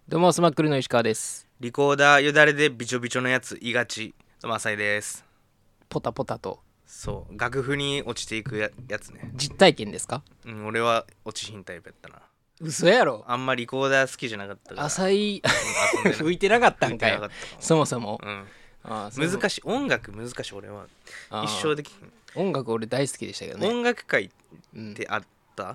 どうもスマックルの石川です。 リコーダーよだれでびちょびちょのやついがち。どうも浅井です。 ポタポタとそう楽譜に落ちていく やつね。 実体験ですか？ 俺は落ちひんタイプやったな。 嘘やろ。 あんまリコーダー好きじゃなかったから浅い遊んで浮いてなかったんかよ浮いてなかったそもそも。 難しい。音楽難しい。俺は一生できひん。 音楽俺大好きでしたけどね。 音楽会ってあった、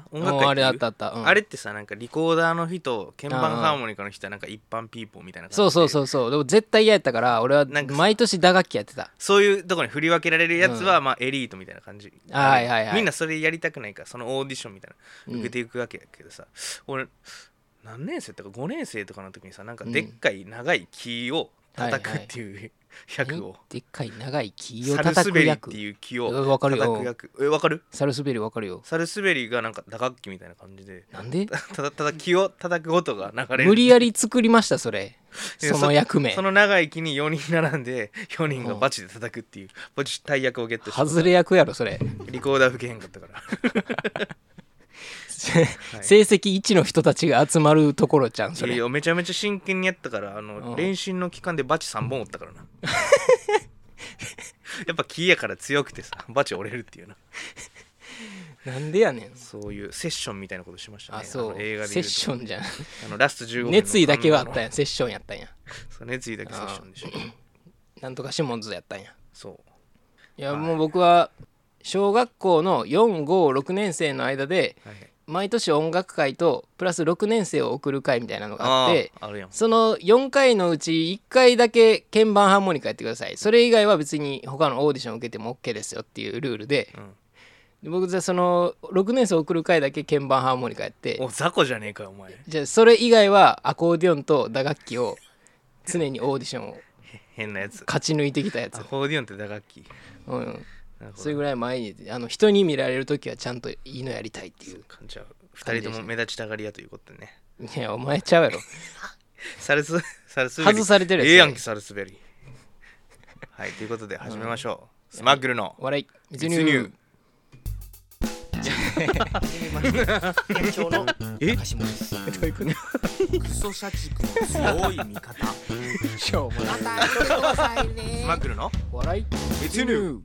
音楽会ってあれあったあった、 あれってさ、なんかリコーダーの人、鍵盤ハーモニカの人はなんか一般ピーポーみたいな感じで、 そうでも絶対嫌やったから俺は毎年打楽器やってた。 そういうところに振り分けられるやつは、まあエリートみたいな感じ、 はいみんなそれやりたくないから、そのオーディションみたいな受けていくわけやけどさ、俺何年生とか5年生とかの時にさ、なんかでっかい長い木を叩くっていう役を、 でっかい長い木をサルス叩く役ベリっていう木をわかるよ。 叩く役。わかる？ サルスベリわかるよ。 サルスベリがなんか打楽器みたいな感じで、 なんでただ木を叩く音が流れる。 無理やり作りましたそれ。その役名。 その長い木に4人並んで4人がバチで叩くっていうバチ大役をゲットして、 外れ役やろそれ。 リコーダー吹けへんかったから成績1の人たちが集まるところじゃんそれ。 いやめちゃめちゃ真剣にやったから、練習の期間でバチ3本折ったからなやっぱ木やから強くてさ、バチ折れるっていうな。 なんでやねん。 そういうセッションみたいなことしましたね。 あ、そう。 映画でセッションじゃん。 ラスト15分熱意だけはあったんや。セッションやったんや。 そう、熱意だけセッションでしょ。 なんとかシモンズやったんや。 そう。 いや、もう僕は小学校の4、5、6年生の間で、毎年音楽会とプラス6年生を送る会みたいなのがあって、その4回のうち1回だけ鍵盤ハーモニカやってください。それ以外は別に他のオーディション受けても OK ですよっていうルールで、僕じゃあその6年生送る回だけ鍵盤ハーモニカやって、 お雑魚じゃねえかよお前。 じゃあそれ以外はアコーディオンと打楽器を常にオーディションを変なやつ勝ち抜いてきたやつ。 アコーディオンって打楽器。 それぐらい前に人に見られるときはちゃんといいのやりたいっていう感じ。 2人とも目立ちたがりやということでね。 いやお前ちゃうやろサルスベリ外されてるやんけサルスベリ。はいということで始めましょう、スマッグルの笑い密入。 店長の高下です。 どういうことクソ社畜の強い味方。 しょうもない。 また来てくださいね。 スマッグルの笑い密入。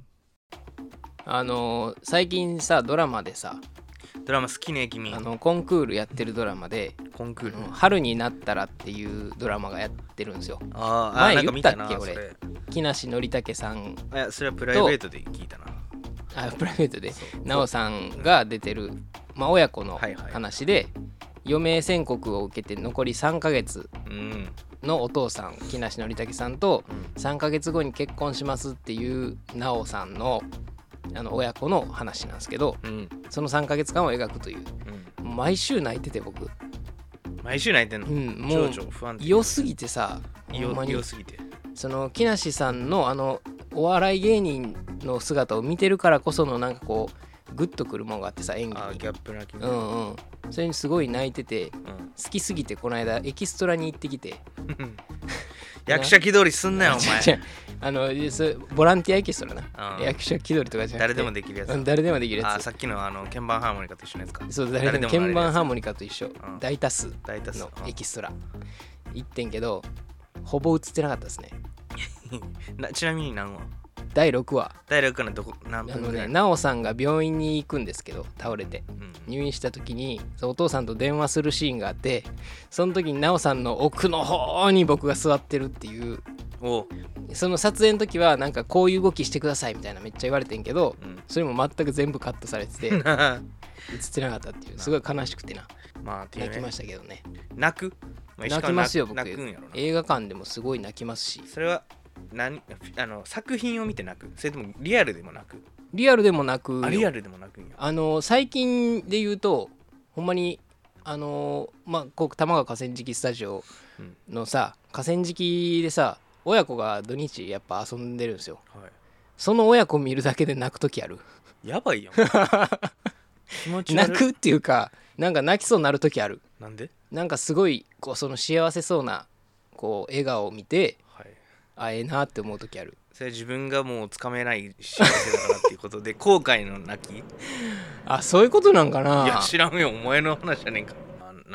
最近さドラマでさ、 ドラマ好きね君。 コンクールやってるドラマでコンクール春になったらっていうドラマがやってるんですよ。 前言ったっけ俺。木梨憲武さん。 いやそれはプライベートで聞いたな。 プライベートで奈緒さんが出てる、親子の話で、余命宣告を受けて残り3ヶ月のお父さん木梨憲武さんと3ヶ月後に結婚しますっていう奈緒さんの親子の話なんですけど、その3ヶ月間を描くという、毎週泣いてて僕。 毎週泣いてんの？ もう良すぎてさ、 良すぎて、 その木梨さんのお笑い芸人の姿を見てるからこそのなんかこうグッとくるものがあってさ、演技にギャップ泣きね。 それにすごい泣いてて、好きすぎてこの間エキストラに行ってきて役者気取りすんなよお前。 ボランティアエキストラな、役者気取りとかじゃなくて誰でもできるやつ。 誰でもできるやつ。 さっきの鍵盤ハーモニカと一緒のやつか。 そう、誰でも鍵盤ハーモニカと一緒、大多数のエキストラ行ってんけど、ほぼ映ってなかったですねちなみに何話？ 第6話。 第6話のどこ何分ぐらい？ 奈緒さんが病院に行くんですけど、倒れて、入院した時にお父さんと電話するシーンがあって、その時に奈緒さんの奥の方に僕が座ってるっていう。その撮影の時はなんかこういう動きしてくださいみたいなめっちゃ言われてんけど、それも全く全部カットされてて映ってなかったっていう、すごい悲しくてな、泣きましたけどね。 泣く？ 泣きますよ僕。 泣くんやろな。 映画館でもすごい泣きますし。 それは作品を見て泣く？それともリアルでも泣く？ リアルでも泣く。 リアルでも泣くんや。 最近で言うとほんまにこう玉川河川敷スタジオのさ、河川敷でさ親子が土日やっぱ遊んでるんですよ、その親子見るだけで泣く時ある。 やばいよ気持ち悪い。 泣くっていうか、なんか泣きそうになる時ある。 なんで？ なんかすごいこうその幸せそうなこう笑顔を見て、ええなって思う時ある。 それ自分がもうつかめない幸せだからっていうことで後悔の泣き？ そういうことなんかな。 いや知らんよ、お前の話じゃねえか。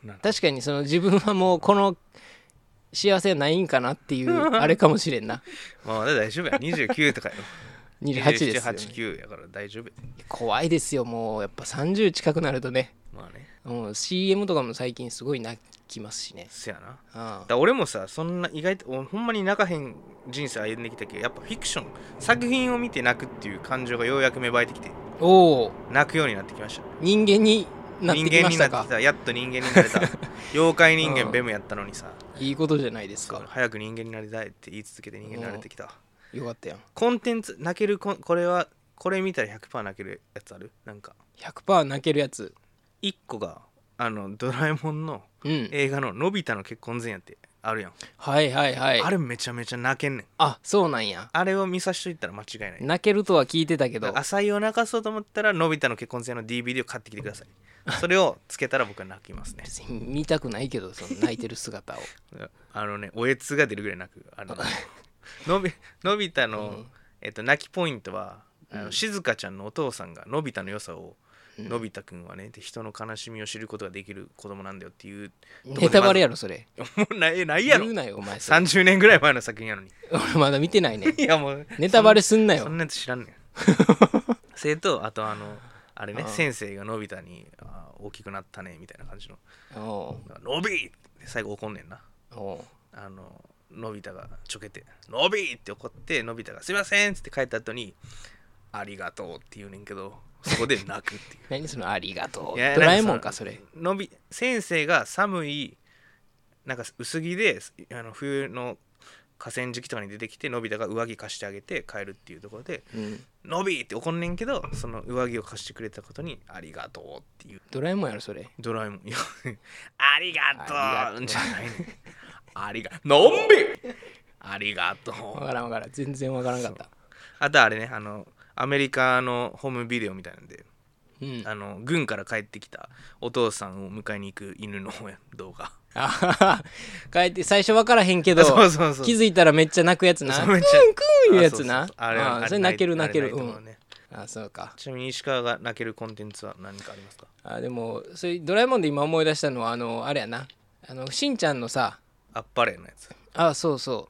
確かにその自分はもうこの幸せはないんかなっていうあれかもしれんな。 まあ大丈夫や。29とかやろ。 28ですよ、ね、 27、8、9やから大丈夫。 怖いですよ。もうやっぱ30近くなるとね。 まあね。 CM とかも最近すごい泣きますしね。 せやな。 あだ俺もさ、そんな意外とほんまに泣かへん人生歩んできたけど、やっぱフィクション作品を見て泣くっていう感情がようやく芽生えてきて、 おお、 泣くようになってきました。 人間になってきましたか。 人間になってきた。やっと人間になれた。妖怪人間ベムやったのにさ、 いいことじゃないですか。 早く人間になりたいって言い続けて人間になれてきた。 よかったやん。 コンテンツ泣けるこれ見たら 100% 泣けるやつある？なんか 100% 泣けるやつ。 1個がドラえもんの映画ののび太の結婚前夜ってあるやん。 はいはいはい。 あれめちゃめちゃ泣けんねん。 あ、そうなんや。 あれを見さしといたら間違いない。 泣けるとは聞いてたけど、 浅井を泣かそうと思ったらのび太の結婚前夜の DVD を買ってきてください。それをつけたら僕は泣きますね。 別に見たくないけど、その泣いてる姿を。 おえつが出るぐらい泣く。のび太の、泣きポイントは静香ちゃんのお父さんがのび太の良さを、のび太くんはね人の悲しみを知ることができる子供なんだよっていうネタバレやろそれ。 もうないやろ。 言うなよお前。 30年ぐらい前の作品やのに。 俺まだ見てないね。 いやもうネタバレすんなよ。 そんなやつ知らんねん。それとあとあれね、先生がのび太に大きくなったねみたいな感じののびって最後怒んねんな。のび太がちょけてのびって怒って、のび太がすいませんって帰った後にありがとうって言うねんけど、そこで泣くっていう。 何そのありがとう。ドラえもんかそれ。 先生が寒いなんか薄着で冬の河川敷とかに出てきて、のび太が上着貸してあげて帰るっていうところで、のびって怒んねんけど、その上着を貸してくれたことにありがとうっていう。 ドラえもんやろそれ。 ドラえもん。いやありがとうじゃないね。のんびありがとう。 わからん全然わからんかった。 あとあれね、アメリカのホームビデオみたいなんで、軍から帰ってきたお父さんを迎えに行く犬の動画。 帰って最初分からへんけど、 そう気づいたらめっちゃ泣くやつな。クーンクーンいうやつな。それ泣ける。そうか。 ちなみに石川が泣けるコンテンツは何かありますか？ でもそれドラえもんで今思い出したのはあれやな。しんちゃんのさ、 あっぱれのやつ。 そうそう。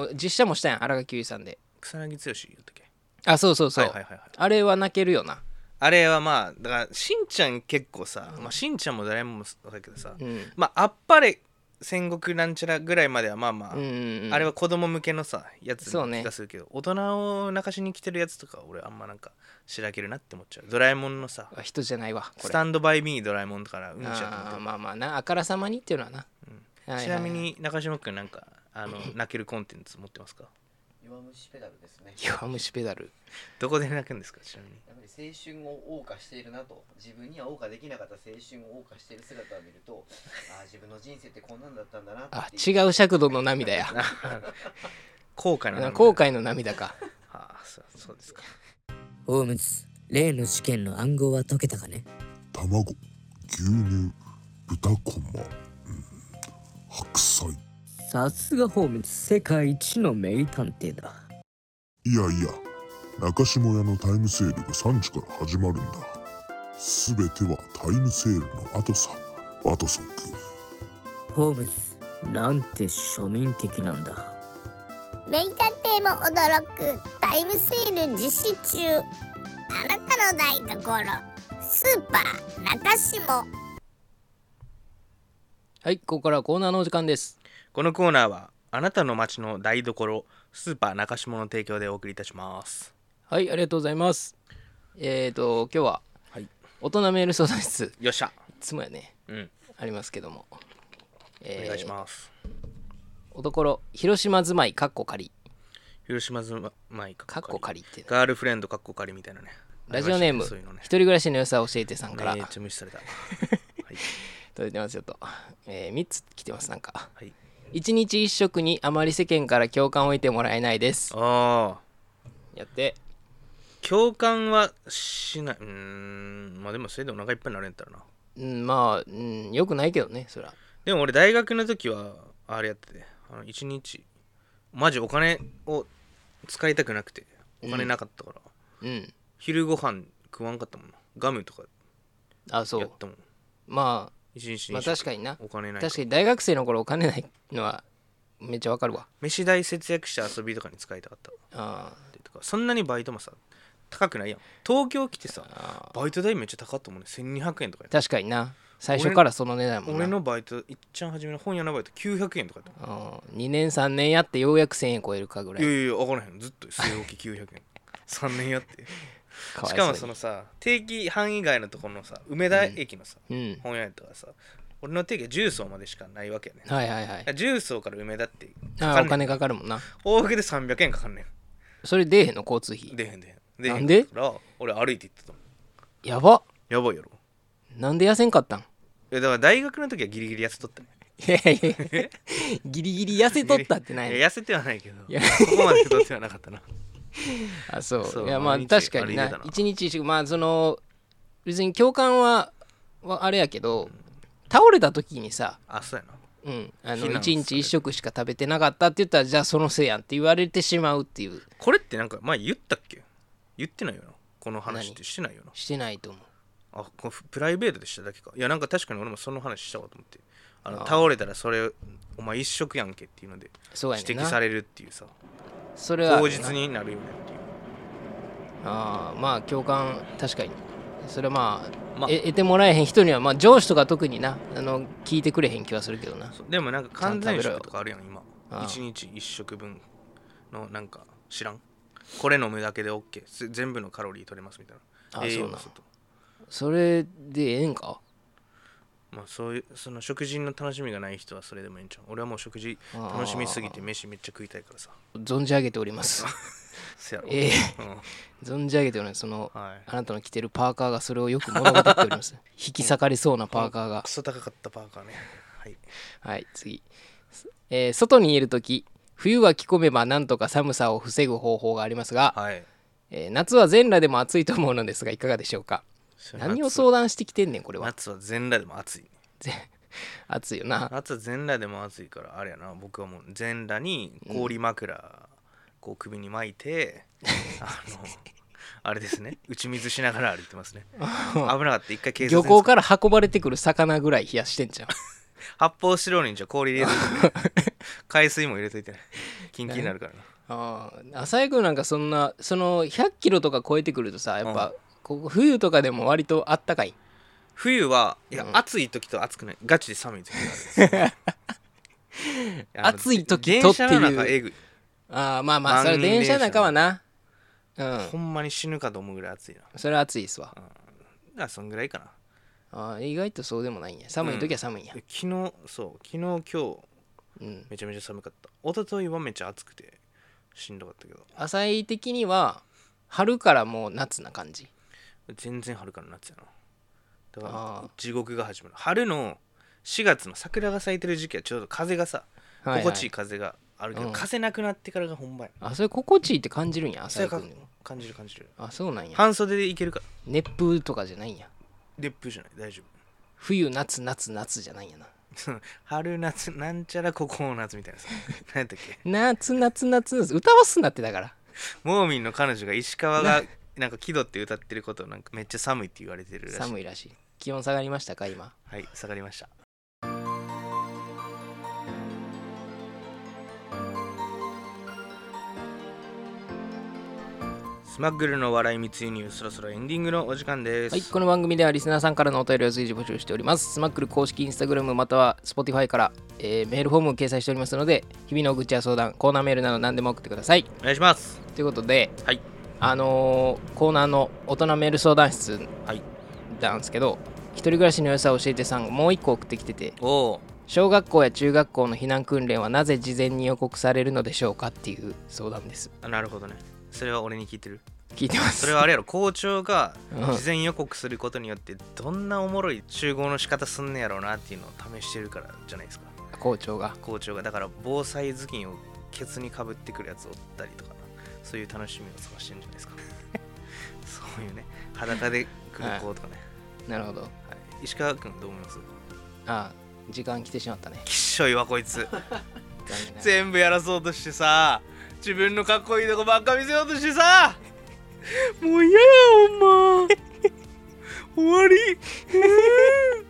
実写もしたやん、新垣結衣さんで。 草薙剛言ったっけ？ そう、あれは泣けるよな。 あれはまあだからしんちゃん結構さ、しんちゃんもドラえもんもそうだけどさ、あっぱれ戦国なんちゃらぐらいまではあれは子供向けのさやつな気がするけど、大人を泣かしに来てるやつとか俺あんまなんかしらけるなって思っちゃう。ドラえもんのさ、 人じゃないわこれ。 スタンドバイミードラえもんだからうんちゃってまあな、あからさまにっていうのはな。 ちなみに中島くんなんか泣けるコンテンツ持ってますか？ 弱虫ペダルですね。 弱虫ペダル。 どこで泣くんですか？ちなみに。 やっぱり青春を謳歌しているなと、自分には謳歌できなかった青春を謳歌している姿を見ると、自分の人生ってこんなんだったんだなっていう。 違う尺度の涙や。 後悔の涙。 後悔の涙か。 そうですか。 ホームズ、例の事件の暗号は解けたかね？ 卵、牛乳、豚こま、白菜。 さすがホームズ、世界一の名探偵だ。 いや中下屋のタイムセールが3時から始まるんだ。すべてはタイムセールの後さ、ワトソン君。 ホームズ、なんて庶民的なんだ。 名探偵も驚くタイムセール実施中。あなたの台所スーパー中下。 はい、ここからはコーナーのお時間です。 このコーナーはあなたの街の台所スーパー中下の提供でお送りいたします。 はい、ありがとうございます。今日は、大人メール相談室。 よっしゃ。 いつもやね、ありますけども、 お願いします。 おところ広島住まいかっこ仮。 広島住まいかっこ仮ってガールフレンドかっこ仮みたいなね。 ラジオネーム、一人暮らしの良さを教えてさんから、 めっちゃ無視された。 届いてますよと、3つ来てます。なんか、1日1食にあまり世間から共感を得てもらえないです。やって共感はしない。まあでもそれでお腹いっぱいになるんやったらな。 よくないけどねそら。 でも俺大学の時はあれやってて、1日マジお金を使いたくなくてお金なかったから、昼ご飯食わんかったもんな。ガムとかやったもん。 まあ 1日まあ確かにな。 お金ない。 確かに大学生の頃お金ないのはめっちゃわかるわ。 飯代節約して遊びとかに使いたかった。 あとかそんなにバイトもさ高くないやん。東京来てさバイト代めっちゃ高かったもんね。1200円とかやった。 確かにな。最初からその値段もんな。 俺のバイトいっちゃん初めの本屋のバイト900円とかやった。 2年3年やってようやく1000円超えるかぐらい。 いやいや分からへん。ずっと据え置き900円3年やってかわいそうに。 しかもそのさ定期班以外のところのさ梅田駅のさ、 うん本屋やったからさ俺の定期は重曹までしかないわけやね。 はいはいはい。 重曹から梅田ってお金かかるもんな。 往復で300円かかんねん。 それ出えへんの交通費。 出へんなんでから俺歩いて行ってたもん。 やば。 やばいやろ。 なんで痩せんかったん。 いやだから大学の時はギリギリ痩せとったね。 いやいやいやギリギリ痩せとったってないいや痩せてはないけどいやここまで太ってはなかったな。 あそうそういやまあ毎日確かにな歩いてたな一日一食まあその別に共感はあれやけど、倒れた時にさあそうやな。 一避難する日一食しか食べてなかったって言ったらじゃあそのせいやんって言われてしまうっていう。 これってなんか前言ったっけ。言ってないよなこの話ってしてないよな。 してないと思う。 あこれプライベートでしただけか。いやなんか確かに俺もその話したわと思って。倒れたらそれお前一食やんけっていうのでそうやねんな。 指摘されるっていうさそれは口実になるよねっていう。 まあ共感確かにそれはまあ、 まあ得てもらえへん人にはまあ上司とか特にな聞いてくれへん気はするけどな。 でもなんか完全食とかあるやん今。 ああ 1日1食分のなんか知らん。これ飲むだけで OK 全部のカロリー取れますみたいな。栄養素とそれでええんか。 まあそういうその食事の楽しみがない人はそれでもいいんちゃう。俺はもう食事楽しみすぎて飯めっちゃ食いたいからさ。 存じ上げておりますせやろ。 存じ上げております。 はい、 あなたの着てるパーカーがそれをよく物語っております引き裂かれそうなパーカーがクソ高かったパーカーね。はいはい次、外にいるとき冬は着込めばなんとか寒さを防ぐ方法がありますが、 はい夏は全裸でも暑いと思うのですがいかがでしょうか。何を相談してきてんねんこれは。 夏は全裸でも暑い、 暑いよな。 夏は全裸でも暑いからあれやな。僕はもう全裸に氷枕、こう首に巻いてあれですね打ち水しながら歩いてますね。危なかった一回警察に漁港から運ばれてくる魚ぐらい冷やしてんじゃん発泡スチロールにじゃ氷入れといて海水も入れといてねキンキンになるからな。 浅井君なんかその100キロとか超えてくるとさやっぱ、ここ冬とかでも割とあったかい。 冬はいや、暑い時と暑くないガチで寒い時がある暑い時とっていう電車の中えぐい。 まあそれ電車の中はなほんまに死ぬかと思うぐらい暑いな。 それは暑いっすわ。 だからそんぐらいかな。 意外とそうでもないんや。寒い時は寒いんや。 昨日今日、めちゃめちゃ寒かった。一昨日はめっちゃ暑くてしんどかったけど。 浅井的には春からもう夏な感じ。 全然春から夏やな。だから地獄が始まる。春の4月の桜が咲いてる時期はちょうど風がさ、心地いい風があるけど、風なくなってからが本番や。 それ心地いいって感じるんや。浅井君でも感じる。 そうなんや。 半袖でいけるか。 熱風とかじゃないんや。 熱風じゃない大丈夫。 冬夏じゃないんやな。 春夏なんちゃらここの夏みたいなさ。何やったっけ。 夏歌わすなってだから。 モーミンの彼女が石川がなんか気取って歌ってることをなんかめっちゃ寒いって言われてるらしい。 寒いらしい。気温下がりましたか今。 はい下がりました。スマッグルの笑い密輸入そろそろエンディングのお時間です。 はい、この番組ではリスナーさんからのお便りを随時募集しております。スマックル公式インスタグラムまたは Spotify から、メールフォームを掲載しておりますので日々の愚痴や相談コーナーメールなど何でも送ってください。 お願いします。 ということで、 はい、 コーナーの大人メール相談室なんですけど、一人暮らしの良さを教えてさんもう一個送ってきてて、小学校や中学校の避難訓練はなぜ事前に予告されるのでしょうかっていう相談です。 なるほどね。それは俺に聞いてる。 聞いてます。 それはあれやろ、校長が事前予告することによってどんなおもろい集合の仕方すんねやろうなっていうのを試してるからじゃないですか。 校長がだから防災頭巾をケツにかぶってくるやつおったりとかな、そういう楽しみを探してるんじゃないですかそういうね、裸で来る子とかね、 なるほど、はい、 石川君どう思います？ 時間来てしまったね。 きっしょいわこいつ全部やらそうとしてさ、自分のかっこいいとこばっか見せようとしてさもう嫌やほんま終わり